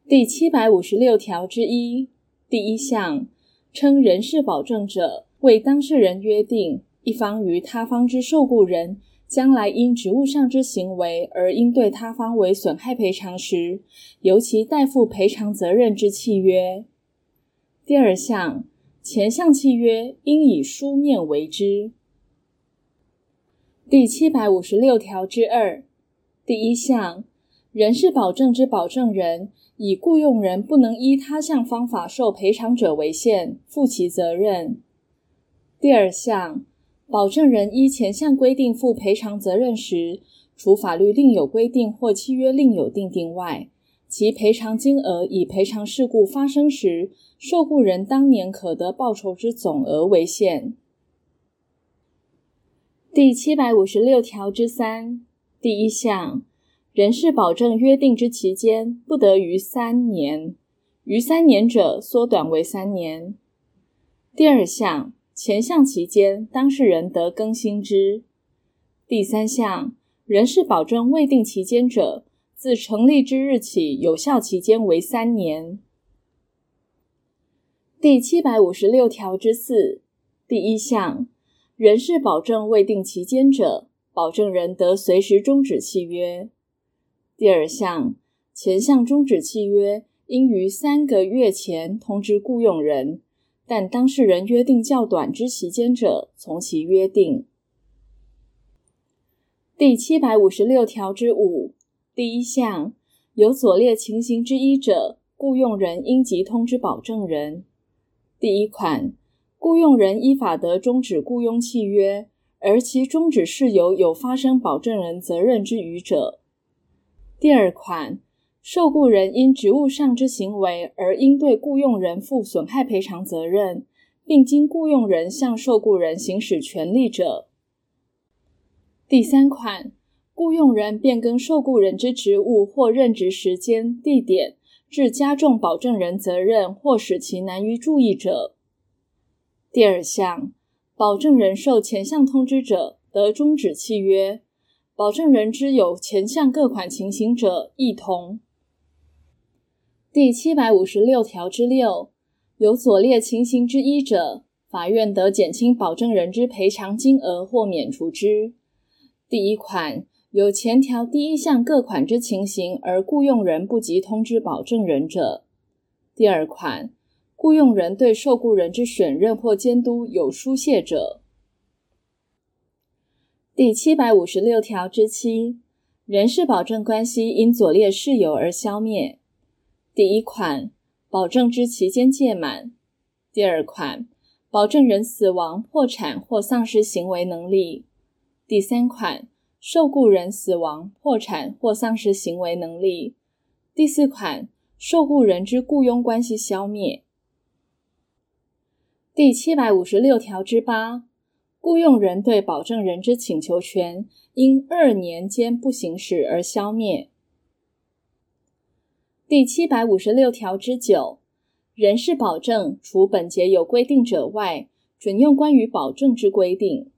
第756条之一第一项，称人事保证者，为当事人约定一方与他方之受雇人将来因职务上之行为而应对他方为损害赔偿时，由其代负赔偿责任之契约。第二项，前项契约应以书面为之。第756条之二第一项，人事保证之保证人以雇用人不能依他项方法受赔偿者为限，负其责任。第二项，保证人依前项规定负赔偿责任时，除法律另有规定或契约另有订定外，其赔偿金额以赔偿事故发生时受雇人当年可得报酬之总额为限。第756条之三第一项，人事保证约定之期间不得逾3年，逾3年者缩短为3年。第二项，前项期间当事人得更新之。第三项，人事保证未定期间者，自成立之日起有效期间为3年。第756条之四第一项，人事保证未定期间者，保证人得随时终止契约。第二项，前项终止契约应于3个月前通知雇用人，但当事人约定较短之期间者，从其约定。第756条之五第一项，有左列情形之一者，雇用人应即通知保证人。第一款，雇用人依法得终止雇佣契约，而其终止事由有发生保证人责任之余者。第二款，受雇人因职务上之行为而应对雇用人负损害赔偿责任，并经雇用人向受雇人行使权利者。第三款，雇用人变更受雇人之职务或任职时间、地点，致加重保证人责任或使其难于注意者。第二项，保证人受前项通知者，得终止契约，保证人之有前项各款情形者，亦同。第756条之六，有左列情形之一者，法院得减轻保证人之赔偿金额或免除之。第一款，有前条第一项各款之情形而雇用人不及通知保证人者。第二款，雇用人对受雇人之选任或监督有疏泄者。第756条之七，人事保证关系因左列事由而消灭。第一款，保证之期间届满。第二款，保证人死亡、破产或丧失行为能力。第三款，受雇人死亡、破产或丧失行为能力。第四款，受雇人之雇佣关系消灭。第756条之八，雇用人对保证人之请求权因2年间不行使而消灭。第756条之九，人事保证除本节有规定者外，准用关于保证之规定。